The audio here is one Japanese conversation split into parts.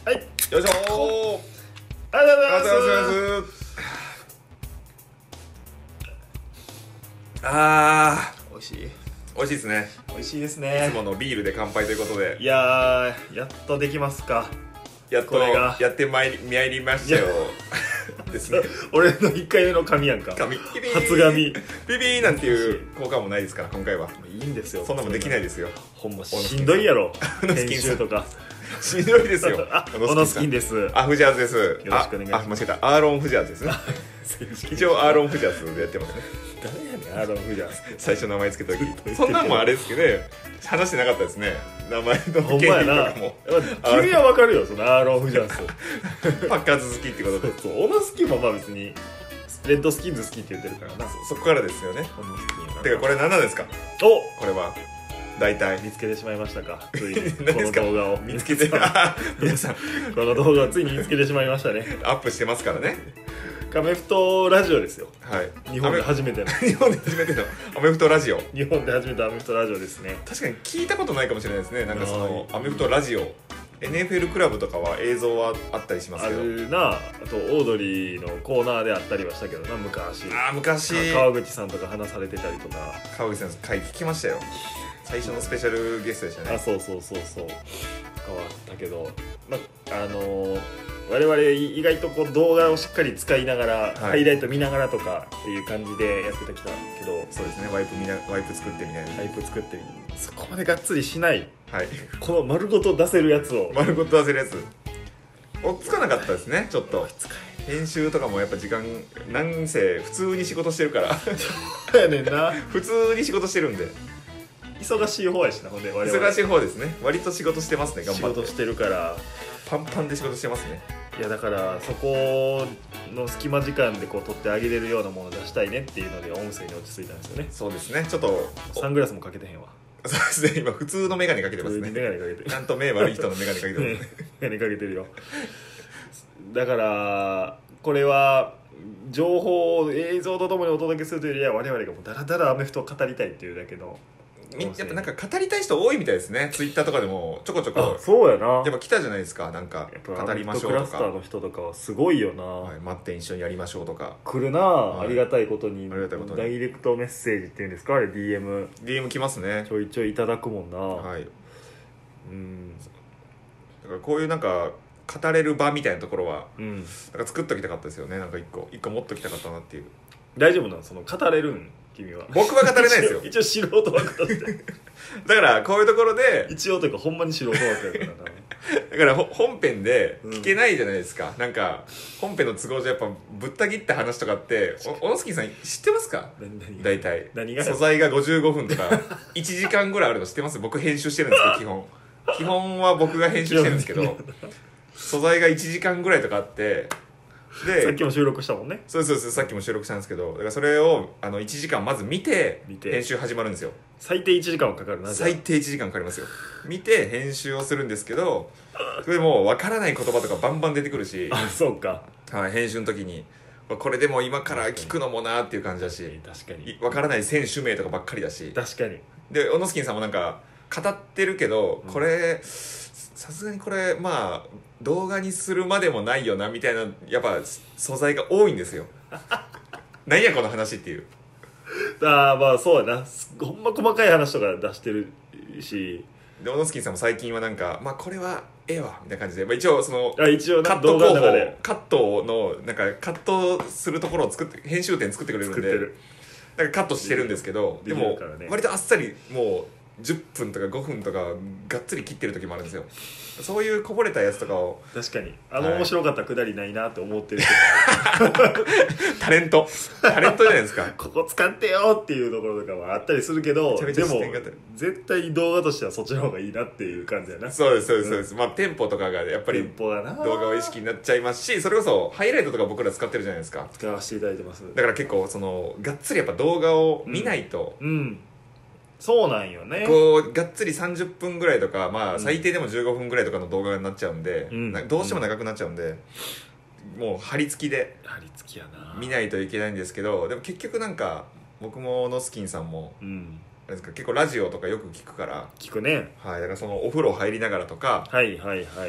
はい、 よいしょー。 ありがとうございます。美味しい。 美味しいですね。 美味しいですいね。 つものビールで乾杯ということで、 いやー、やっとできますか。 やっとこれがやってまいりましたよですね。 俺の1回目の紙やんか。 紙ピピー初紙。 ピピーなんていう効果もないですから今回は。 いいんですよ。 そんなもんできないですよ。 ほんましんどいやろ。 小野スキン編集とか。 しんどいですよ。 あ、小野スキンです。 あ、フジャーズです。 よろしくお願いします。 あ、間違えた。アーロン・フジャーズですね。一応アーロン・フジャーズでやってますね。 誰やねん、アーロン・フジャーズ。 最初名前つけた時ずっと言ってるそんなんもあれですけどね、話してなかったですね、名前のほんまやな。 とかも。 君はわかるよ、そのアーロン・フジャーズ。 パッカーズ好きってことで、 そう、小野スキンもまあ別にレッドスキンズ好きって言ってるからな。 そこからですよね。 小野スキンは。 てかこれ何なんですか、 お、 これは大体見つけてしまいましたか。ついに何ですか、 この動画を見つけてあ皆さんこの動画をついに見つけてしまいましたね。 アップしてますからね。 カメフトラジオですよ。 はい、 日本で初めての日本で初めてのアメフトラジオ。 日本で初めてのアメフトラジオですね。 確かに聞いたことないかもしれないですね。なんかそのはアメフトラジオ NFL クラブとかは映像はあったりしますあけど、 るな。あとオードリーのコーナーであったりはしたけどな、昔。 昔川口さんとか話されてたりとか。 川口さんの回聞きましたよ。最初のスペシャルゲストでしたね。 あ、そう変わったけど、ま我々意外とこう動画をしっかり使いながら、 はいハイライト見ながらとかっていう感じでやってきたけど、 そうですね、ワイプ作ってみたいな。 タイプ作ってみる、そこまでがっつりしない、 はい、 この丸ごと出せるやつを丸ごと出せるやつ追っつかなかったですね。ちょっと編集とかもやっぱ時間、なんせ普通に仕事してるからそうやねんな。 普通に仕事してるんで、 忙しい方やしな。ほんで我々 忙しい方ですね。割と仕事してますね。頑張って仕事してるから。 パンパンで仕事してますね。 いやだからそこの隙間時間でこう撮ってあげれるようなものを出したいねっていうので音声に落ち着いたんですよね。 そうですね、ちょっとサングラスもかけてへんわ。 そうですね、今普通のメガネかけてます普通にメね。 ガネかけてる。 ちゃんと目悪い人のメガネかけてますね。 メガネかけてるよ。だからこれは情報を映像とともにお届けするというよりは、我々がもうダラダラアメフトを語りたいっていうだけのやっぱなんか語りたい人多いみたいですね。ツイッターとかでもちょこちょこそうやな。 やっぱ来たじゃないですか。なんかやっぱ語りましょうとアメフトクラスターか、 の人とかはすごいよな、 はい、待って一緒にやりましょうとか。 来るな、 はいありがたいことに。 ありがたいことにダイレクトメッセージっていうんですか、あれ DM 来ますね。 ちょいちょいいただくもんな、 はい。 うんだからこういうなんか語れる場みたいなところはうん。 なんか作っときたかったですよね。なんか一個持っときたかったなっていう。 大丈夫なの、その語れるん君は。 僕は語れないですよ。 一応素人枠だってだからこういうところで一応というかほんまに素人枠やからな。 だから本編で聞けないじゃないですか、なんか本編の都合上やっぱぶった切った話とかってオノスキーさん知ってますか？大体何が素材が55分とか1時間ぐらいあるの知ってます？僕編集してるんですけど基本は僕が編集してるんですけど素材が1時間ぐらいとかあってでさっきも収録したもんね。 そうさっきも収録したんですけど、だからそれを1時間まず見て編集始まるんですよ。 最低1時間はかかるな。 最低1時間かかりますよ。見て編集をするんですけど、それでもう分からない言葉とかバンバン出てくるし、 あ、そうか。 はい、編集の時にこれでも今から聞くのもなっていう感じだし、 確かに分からない選手名とかばっかりだし、 確かに。 でオノスキンさんもなんか語ってるけど、これさすがにこれまあ動画にするまでもないよなみたいなやっぱ素材が多いんですよなんやこの話っていう。 ああ、まあそうやな。ほんま細かい話とか出してるし。 でオノスキンさんも最近はなんかまあこれはええわみたいな感じで、まあ、一応その一応なカット候補動画の中でカットのなんかカットするところを作って編集点作ってくれるんで、 作ってる。 だからカットしてるんですけど、でもできるからね割とあっさりもう10分とか5分とかがっつり切ってる時もあるんですよ。そういうこぼれたやつとかを確かにはい面白かったくだりないなって思ってる人タレントじゃないですかここ使ってよっていうところとかはあったりするけど、 めちゃめちでもゃ視点があったり絶対動画としてはそっちの方がいいなっていう感じやな。 そうです、まあテンポとかがやっぱりテンポだな。 動画を意識になっちゃいますし、それこそハイライトとか僕ら使ってるじゃないですか。 使わせていただいてます。 だから結構そのがっつりやっぱ動画を見ないと、 うんそうなんよね。 こうがっつり30分ぐらいとか、まあ最低でも15分ぐらいとかの動画になっちゃうんで、 うんどうしても長くなっちゃうんで、もう張り付きで張り付きやな。 見ないといけないんですけど、でも結局なんか僕もノスキンさんもうんあれですか、結構ラジオとかよく聞くから、 聞くね。 はい、だからそのお風呂入りながらとかはいはいはい。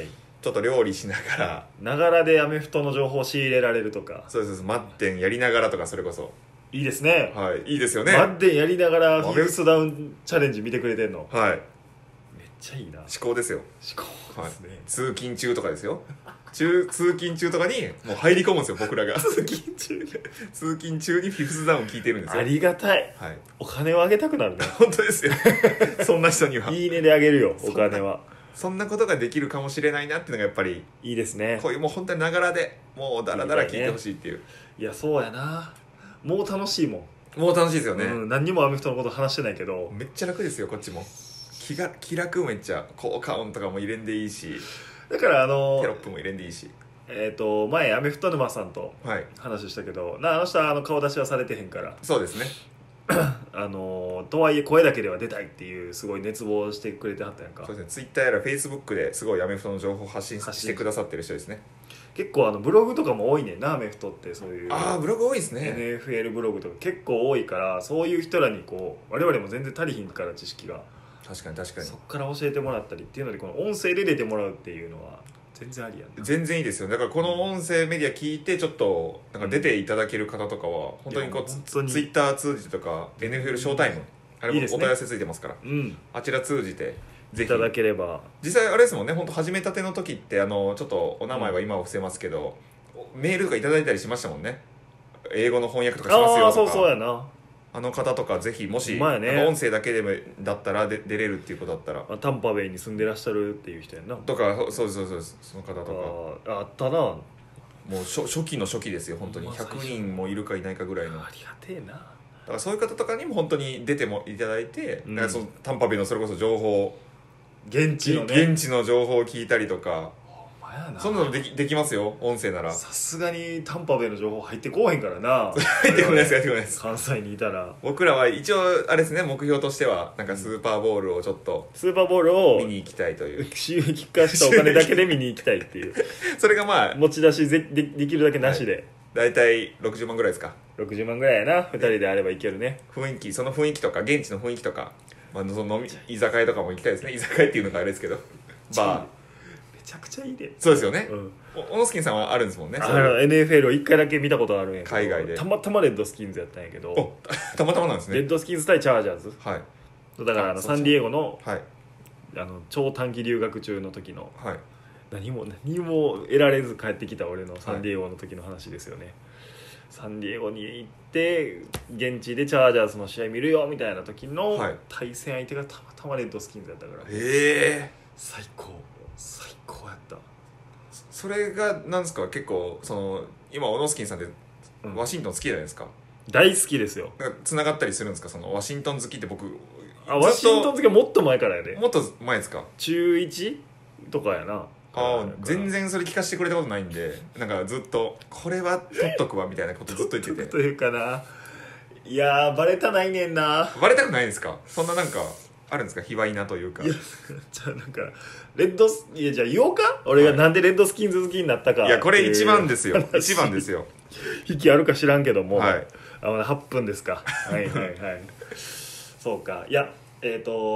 ちょっと料理しながらながらでアメフトの情報を仕入れられるとか。 そうですマッテンやりながらとかそれこそいいですね。 はいいいですよねマッデンやりながらフィフスダウンチャレンジ見てくれてんの。 はいめっちゃいいな。 至高ですよ至高ですね。 通勤中とかですよ通勤中とかにもう入り込むんですよ僕らが通勤中で通勤中にフィフスダウン聞いてるんですよありがたい。 はいお金をあげたくなるね。 本当ですよそんな人にはいいねであげるよ、お金は。 そんなことができるかもしれないなっていうのがやっぱりいいですね。 こういうもう本当にながらでもうダラダラ聞いてほしいっていういや、そうやな。もう楽しいもん。 もう楽しいですよね、 うん、何にもアメフトのこと話してないけど。 めっちゃ楽ですよこっちも気楽めっちゃ効果音とかも入れんでいいしだからテロップも入れんでいいし前アメフト沼さんとはい話したけど、あの人は顔出しはされてへんから、 そうですねとはいえ声だけでは出たいっていうすごい熱望してくれてはったやんか。 そうですねツイッターやらフェイスブックですごいアメフトの情報発信してくださってる人ですね結構ブログとかも多いねんな、アメフトってそういうああブログ多いですね NFL ブログとか結構多いから、そういう人らにこう我々も全然足りひんから知識が、 確かに確かにそっから教えてもらったりっていうので、この音声で出てもらうっていうのは全然ありやんな。 全然いいですよだからこの音声メディア聞いてちょっとなんか出ていただける方とかは本当にこいや本当にツイッター通じてとか NFL ショータイムあれもいいですねお問い合わせついてますからうんあちら通じてぜひいただければ。 実際あれですもんね本当始めたての時ってちょっとお名前は今は伏せますけど、メールとかいただいたりしましたもんね英語の翻訳とかしますよとかああそうそうやな。 あの方とかぜひもし、 まあねなんか音声だけでもだったら出れるっていうことだったらタンパベイに住んでらっしゃるっていう人やんな。 とかそうですその方とかあったな。 もう初期の初期ですよ本当にまあ 100人もいるかいないかぐらいのありがてえな。 だからそういう方とかにも本当に出てもいただいて、 うんなんかそのタンパベイのそれこそ情報現地のね。 現地の情報を聞いたりとかほんまやな。 そんなのできますよ音声ならさすがにタンパベイの情報入ってこうへんからな。 入ってこないです入ってこないです関西にいたら僕らは一応あれですね目標としてはなんかスーパーボールをちょっとスーパーボールを見に行きたいという収益化したお金だけで見に行きたいっていうそれがまあ持ち出しできるだけなしで、 大体60万ぐらいですか 60万ぐらいやな。2人であればいけるね。 その雰囲気とか現地の雰囲気とか、その居酒屋とかも行きたいですね居酒屋っていうのがあれですけどバーめちゃくちゃいいで。 そうですよね、 うん小野スキンさんはあるんですもんねそういう NFL を1回だけ見たことあるんやけど、 海外でたまたまレッドスキンズやったんやけど、 おたまたまなんですねレッドスキンズ対チャージャーズはいだからあそうそうサンディエゴのはい超短期留学中の時のはい何も得られず帰ってきた俺のサンディエゴの時の話ですよね、サンディエゴに行って現地でチャージャーズの試合見るよみたいな時のはい対戦相手がたまたまレッドスキンズやったから、 え最高やった。 それがなんですか結構今小野スキンさんってうんワシントン好きじゃないですか、 大好きですよ。 なんかつながったりするんですかそのワシントン好きって僕ワシントン好きはもっと前からやで。 もっと前ですか中 1? とかやな。 全然それ聞かせてくれたことないんでなんかずっとこれは取っとくわみたいなことずっと言っててというかな、いやーバレたないねんな。 バレたくないんですかそんななんかあるんですか卑猥なというかいやじゃあなんかいやじゃあ言おうか、俺がなんでレッドスキンズ好きになったか。 いやこれ一番ですよ話一番ですよ引きあるか知らんけども、 はい 8分ですか。はいはいはいそうか。いや中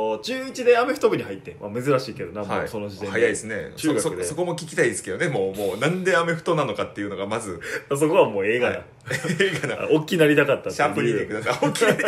1でアメフト部に入って、珍しいけどな、もうその時点で早いですね中学でそこも聞きたいですけどねもうなんでアメフトなのかっていうのがまずそこはもう映画だ、 はい映画な大きなりたかったってシャープにいてください大きな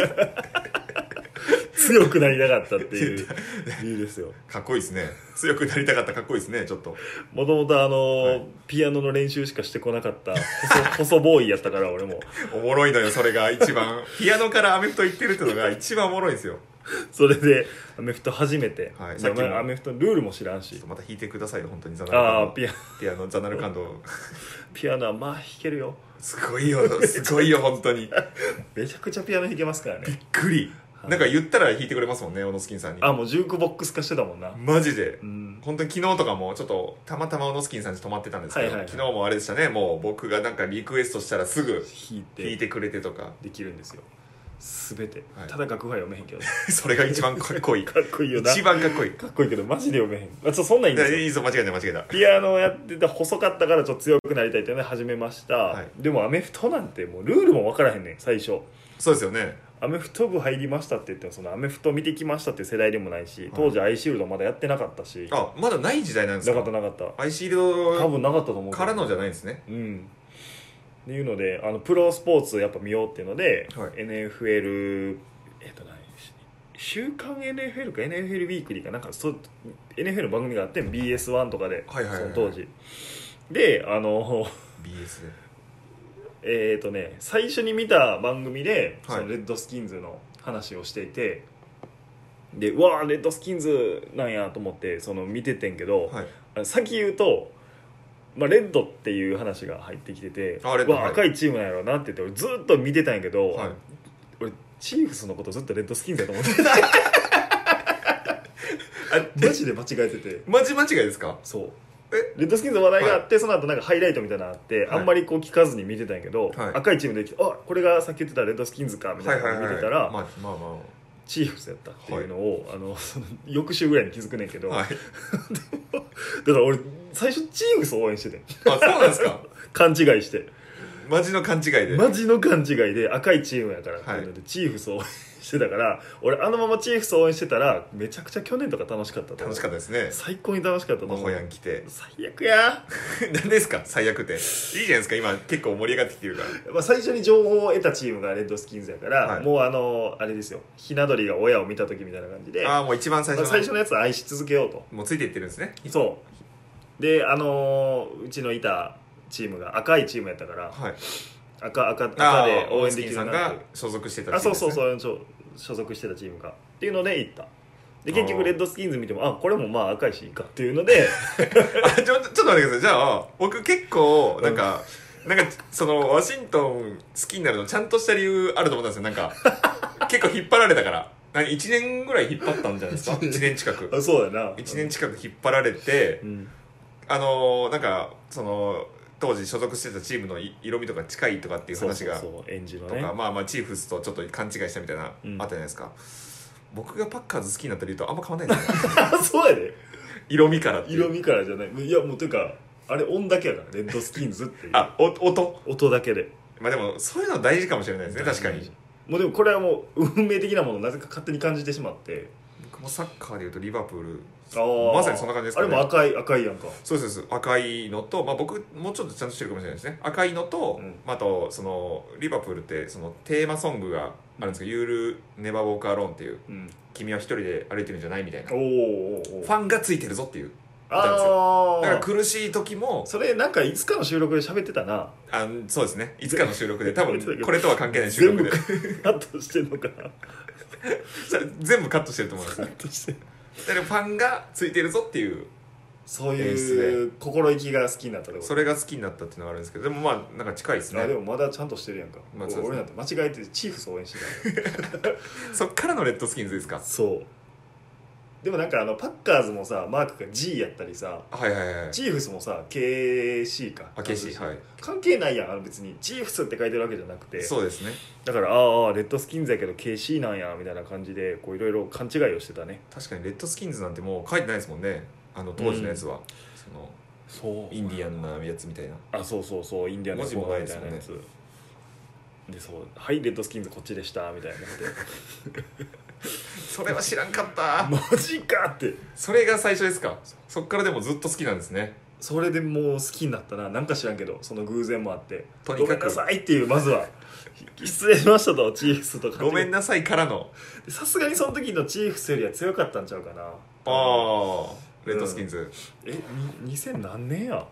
強くなりたかったっていう理由ですよ。 かっこいいですね強くなりたかったかっこいいですねちょっともともとピアノの練習しかしてこなかった細ボーイやったから俺もおもろいのよそれが一番ピアノからアメフト行ってるっていうのが一番おもろいんですよそれでアメフト初めて、 はいさっきもアメフトのルールも知らんし、 また弾いてくださいよ本当にザナルカンドああピアノザナルカンドピアノはまあ弾けるよ。 すごいよ本当にめちゃくちゃピアノ弾けますからね。 びっくりなんか言ったら弾いてくれますもんね小野スキンさんにもうジュークボックス化してたもんな。 マジでうん本当に昨日とかもちょっとたまたま小野スキンさんに泊まってたんですけど、 はいはいはい昨日もあれでしたねもう僕がなんかリクエストしたらすぐ弾いて弾いてくれてとかできるんですよ全て、 はいただ楽譜は読めへんけどそれが一番かっこいいかっこいいよな。 一番かっこいいかっこいいけどマジで読めへん。そんなんいいんですよ。 いいぞ間違えた間違えたピアノやってて細かったからちょっと強くなりたいっていうので始めました、 はいでもアメフトなんてもうルールも分からへんねん最初。 そうですよねアメフト部入りましたって言ってもそのアメフト見てきましたっていう世代でもないし、当時アイシールドまだやってなかったし、 あまだない時代なんですか。 なかったなかったアイシールド多分なかったと思うけどからのじゃないんですね。 うんっていうのでプロスポーツやっぱ見ようっていうので、 はい、 NFL 週刊 NFL か NFL ウィークリーかなんかNFL の番組があって BS1 とかで、 はいはいはいはい、 その当時で BS ね最初に見た番組で、 はい、 そのレッドスキンズの話をしていて、でうわーレッドスキンズなんやと思ってその見ててんけど、 はい、 先言うと、レッドっていう話が入ってきてて、 レッド、 わ赤いチームなんやろうなって言って俺ずっと見てたんやけど、 はい、 俺チーフスのことずっとレッドスキンズやと思ってマジで間違えてて、 マジ間違いですか。 そうレッドスキンズの話題があって、その後なんかハイライトみたいなのあって、 はい、 あんまりこう聞かずに見てたんやけど、 はい、 赤いチームで来てこれがさっき言ってたレッドスキンズかみたいなのを見てたら、チーフスやったっていうのを、その翌週ぐらいに気づくねんけど、 はい、 だから俺最初チーフスを応援しててそうなんですか勘違いしてマジの勘違いでマジの勘違いで赤いチームやからっていうので、チーフスを応援してたから俺ままチーフスを応援してたらめちゃくちゃ去年とか楽しかったと思う。 楽しかったですね。 最高に楽しかったと思う。 ホヤン来て最悪や何ですか最悪っていいじゃないですか。今結構盛り上がってきてるから、最初に情報を得たチームがレッドスキンズやから、 はい、 もうあれですよ、ひな鳥が親を見た時みたいな感じで、 もう一番最初のやつを愛し続けようともうついていってるんですね。 そうでうちのいたチームが赤いチームやったから、 はい、 赤で応援できるさんが所属してたチームです、ね、 そう所属してたチームがっていうので行った。で結局レッドスキンズ見てもこれもまあ赤いしいいかっていうのでちょっと待ってください。じゃあ僕結構なんかそのワシントン好きになるのちゃんとした理由あると思ったんですよ。なんか結構引っ張られたから1年ぐらい引っ張ったんじゃないですか1年近くそうやな 1年近く引っ張られて、なんかその当時所属してたチームの色味とか近いとかっていう話が演じのねとか、チーフスとちょっと勘違いしたみたいな、あったじゃないですか。僕がパッカーズ好きになった理由とあんま変わんないですねそうやで色味からっていう。 色味からじゃない、いやもうというかあれ音だけやからレッドスキンズっていう音だけで。 でもそういうの大事かもしれないですね。確かにもうでもこれはもう運命的なものをなぜか勝手に感じてしまって、 僕もサッカーでいうとリバプールまさにそんな感じですかね。 あれも赤いやんか。 そうです赤いのと、僕もうちょっとちゃんとしてるかもしれないですね。赤いのと、あとそのリバプールってそのテーマソングがあるんですけど、ユールネバーウォークアローンっていう、君は一人で歩いてるんじゃないみたいな、ファンがついてるぞっていう歌なんですよ。だから苦しい時もそれなんかいつかの収録で喋ってたな。 そうですね、いつかの収録で多分これとは関係ない収録で全部カットしてんのかなそれ全部カットしてると思います。 カットしてだからファンがついてるぞっていうそういう心意気が好きになったってこと。 それが好きになったっていうのがあるんですけど、でもなんか近いですね。 でもまだちゃんとしてるやんか、俺なんて間違えてチーフス応援してたそっからのレッドスキンズですか。 そうでもなんかパッカーズもさマークが G やったりさ、チーフスもさ KC か KC、はい、 関係ないやん別にチーフスって書いてるわけじゃなくて。 そうですね。 だからレッドスキンズやけど KC なんやみたいな感じでこういろいろ勘違いをしてたね。 確かにレッドスキンズなんてもう書いてないですもんね、当時のやつは、インディアンなやつみたいな。 そうインディアンな文字もないですもんね。 ではいレッドスキンズこっちでしたみたいなそれは知らんかったマジかって。 それが最初ですか。そっからでもずっと好きなんですね。 それでもう好きになったな。なんか知らんけどその偶然もあってとにかくごめんなさいっていうまずは失礼しましたとチーフスとかごめんなさいからのさすがにその時のチーフスよりは強かったんちゃうかな。 レッドスキンズ、 2000何年や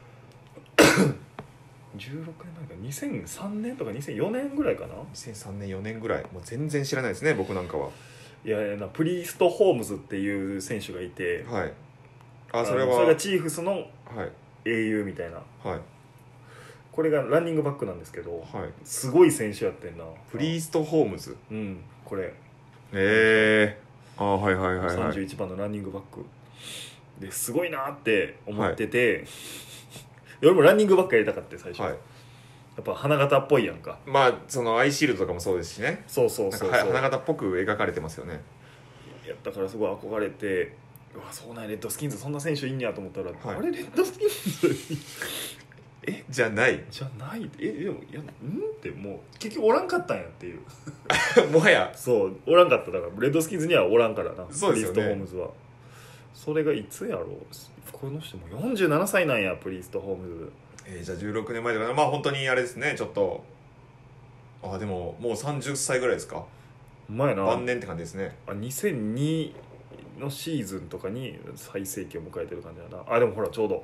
16年前か2003年とか2004年ぐらいかな。 2003年4年ぐらい。もう全然知らないですね僕なんかは。 いやプリースト・ホームズっていう選手がいて、 はい、 それがチーフスの英雄みたいな、 はい、 これがランニングバックなんですけど、 はい、 すごい選手やってんな。 プリースト・ホームズ、 これ 31 番のランニングバックですごいなって思ってて、俺もランニングバックやりたかった最初、やっぱ花形っぽいやんか。 そのアイシールドとかもそうですしね。 そう花形っぽく描かれてますよね。 やったからすごい憧れて、そうなんレッドスキンズそんな選手いいんやと思ったら、 あれレッドスキンズじゃないじゃないでもいやってもう結局おらんかったんやっていうもはやそうおらんかっただからレッドスキンズにはおらんからなそうですよねプリーストホームズはそれがいつやろうこの人も47歳なんやプリーストホームズじゃあ16年前だからまあ本当にあれですねちょっとでももう30歳ぐらいですか前な晩年って感じですね 2002のシーズンとかに最盛期を迎えてる感じだなでもほらちょうど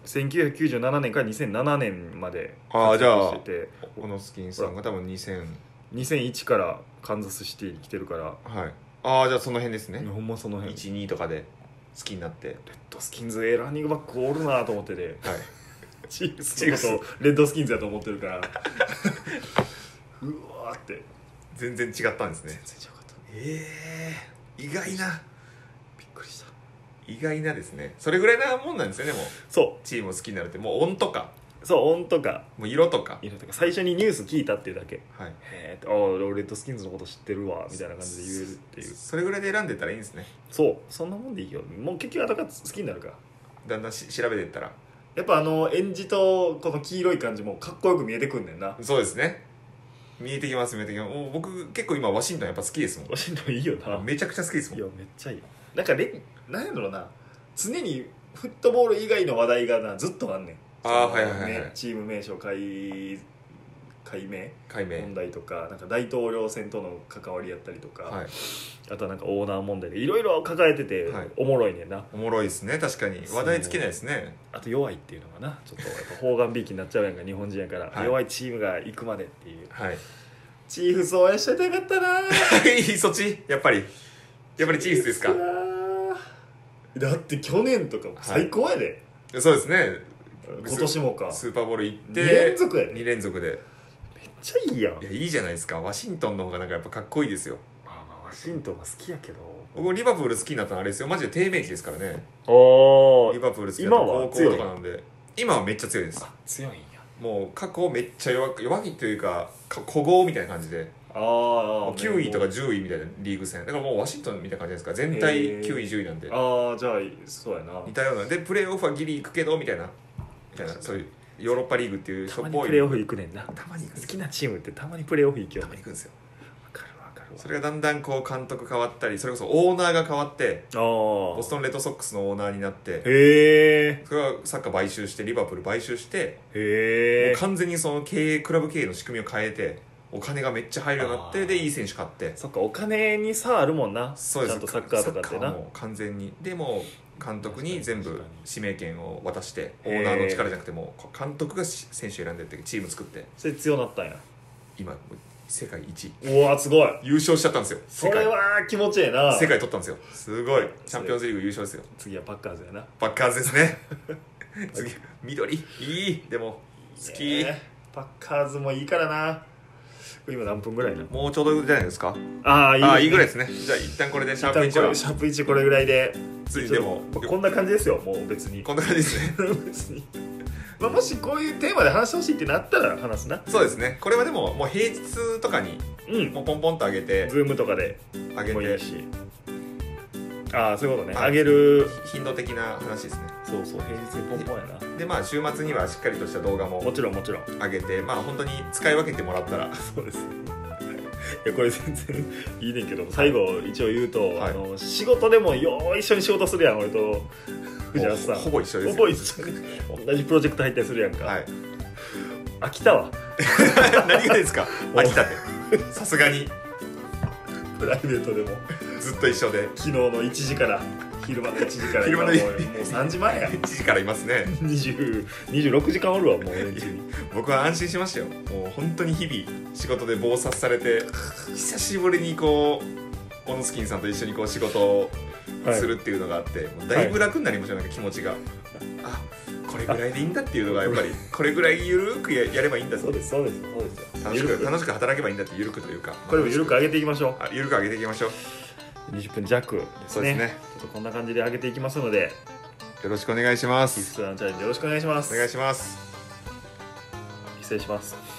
1997年から2007年までじゃあしててオノスキンさんが多分2000 2001からカンザスシティに来てるからはいじゃあその辺ですねほんまその辺 12とかで好きになってレッドスキンズランニングバックおるなと思っててはいチーフスのことレッドスキンズやと思ってるからうわーって全然違ったんですね全然違かった意外なびっくりした意外なですねそれぐらいなもんなんですよねもうそチームを好きになるってもう音とかうそう音とかもう色とか最初にニュース聞いたっていうだけはいへえ俺レッドスキンズのこと知ってるわみたいな感じで言えるっていうそれぐらいで選んでたらいいんですねそうそんなもんでいいよもう結局後から好きになるからだんだん調べていったらやっぱエンジとこの黄色い感じもかっこよく見えてくんねんなそうですね見えてきますもう僕結構今ワシントンやっぱ好きですもんワシントンいいよなめちゃくちゃ好きですもんいやめっちゃいいなんかなんやろな常にフットボール以外の話題がなずっとあんねんはいはいはい、 チーム名称解明問題とかなんか大統領選との関わりやったりとか、 はい、 あとはなんかオーナー問題でいろいろ抱えてて、はい、おもろいねんなおもろいですね確かに話題尽きないですねあと弱いっていうのがなちょっとやっぱ砲丸びいきになっちゃうやんか日本人やから、はい、弱いチームが行くまでっていう、 はい、 チーフス応援しといてよかったなそっちやっぱりチーフスですかだって去年とか最高やで、 はい、そうですね今年もかスーパーボール行って 2連続やで 2連続でめっちゃいいやんいやいいじゃないですかワシントンの方がなんかやっぱかっこいいですよまあワシントンが好きやけど僕リバプール好きになったのあれですよマジで低迷期ですからねリバプール好きだった高校とかなんで今はめっちゃ強いです強いんやもう過去めっちゃ弱気というか古豪みたいな感じで9位とか10位みたいなリーグ戦だからもうワシントンみたいな感じですか全体9位10位なんでじゃあそうやな似たようなでプレーオフはギリ行くけどみたいなそういうヨーロッパリーグっていうたまにプレーオフ行くねんなたまに好きなチームってたまにプレーオフ行くよたまに行くんですよ分かるそれがだんだんこう監督変わったりそれこそオーナーが変わってボストンレッドソックスのオーナーになってそれはサッカー買収してリバプール買収してもう完全にそのクラブ経営の仕組みを変えてお金がめっちゃ入るようになってでいい選手買ってそっかお金に差あるもんなそうですちゃんとサッカーとかってなもう完全にでも監督に全部指名権を渡してオーナーの力じゃなくても監督が選手選んでってチーム作ってそれ強なったんや今世界一うわすごい優勝しちゃったんですよそれは気持ちええな世界取ったんですよすごいチャンピオンズリーグ優勝ですよ次はパッカーズやなパッカーズですね次緑いいでも好きパッカーズもいいからな今何分ぐらいなもうちょうどじゃないですかいいぐらいですねじゃあ一旦これでシャープ1はシャープ1これぐらいでついでもこんな感じですよもう別にこんな感じですね別にもしこういうテーマで話してほしいってなったら話すなそうですねこれはでももう平日とかにもうポンポンと上げてズームとかで上げてもいいしそういうことね上げる頻度的な話ですねそう平日にポンポンやなで週末にはしっかりとした動画ももちろん上げて本当に使い分けてもらったらそうですいやこれ全然いいねんけど最後一応言うと、仕事でも一緒に仕事するやん俺と藤原さんほぼ一緒ですほぼ一緒に同じプロジェクト入ったりするやんか、飽きたわ何がですか飽きたってさすがにプライベートでもずっと一緒で昨日の1時から昼間の1時から昼間のもう3時前や 1時からいますね 26時間おるわもう僕は安心しましたよもう本当に日々仕事で忙殺されて久しぶりにオノスキンさんと一緒に仕事をするっていうのがあって、もうだいぶ楽になりましたなんか気持ちがこれぐらいでいいんだっていうのがやっぱりこれぐらいゆるく やればいいんだそうです楽しく働けばいいんだってゆるくというかこれもゆるく上げていきましょうゆるく上げていきましょう 20分弱ですねそうですねちょっとこんな感じで上げていきますのでよろしくお願いしますキッスランチャレンジよろしくお願いしますお願いします失礼します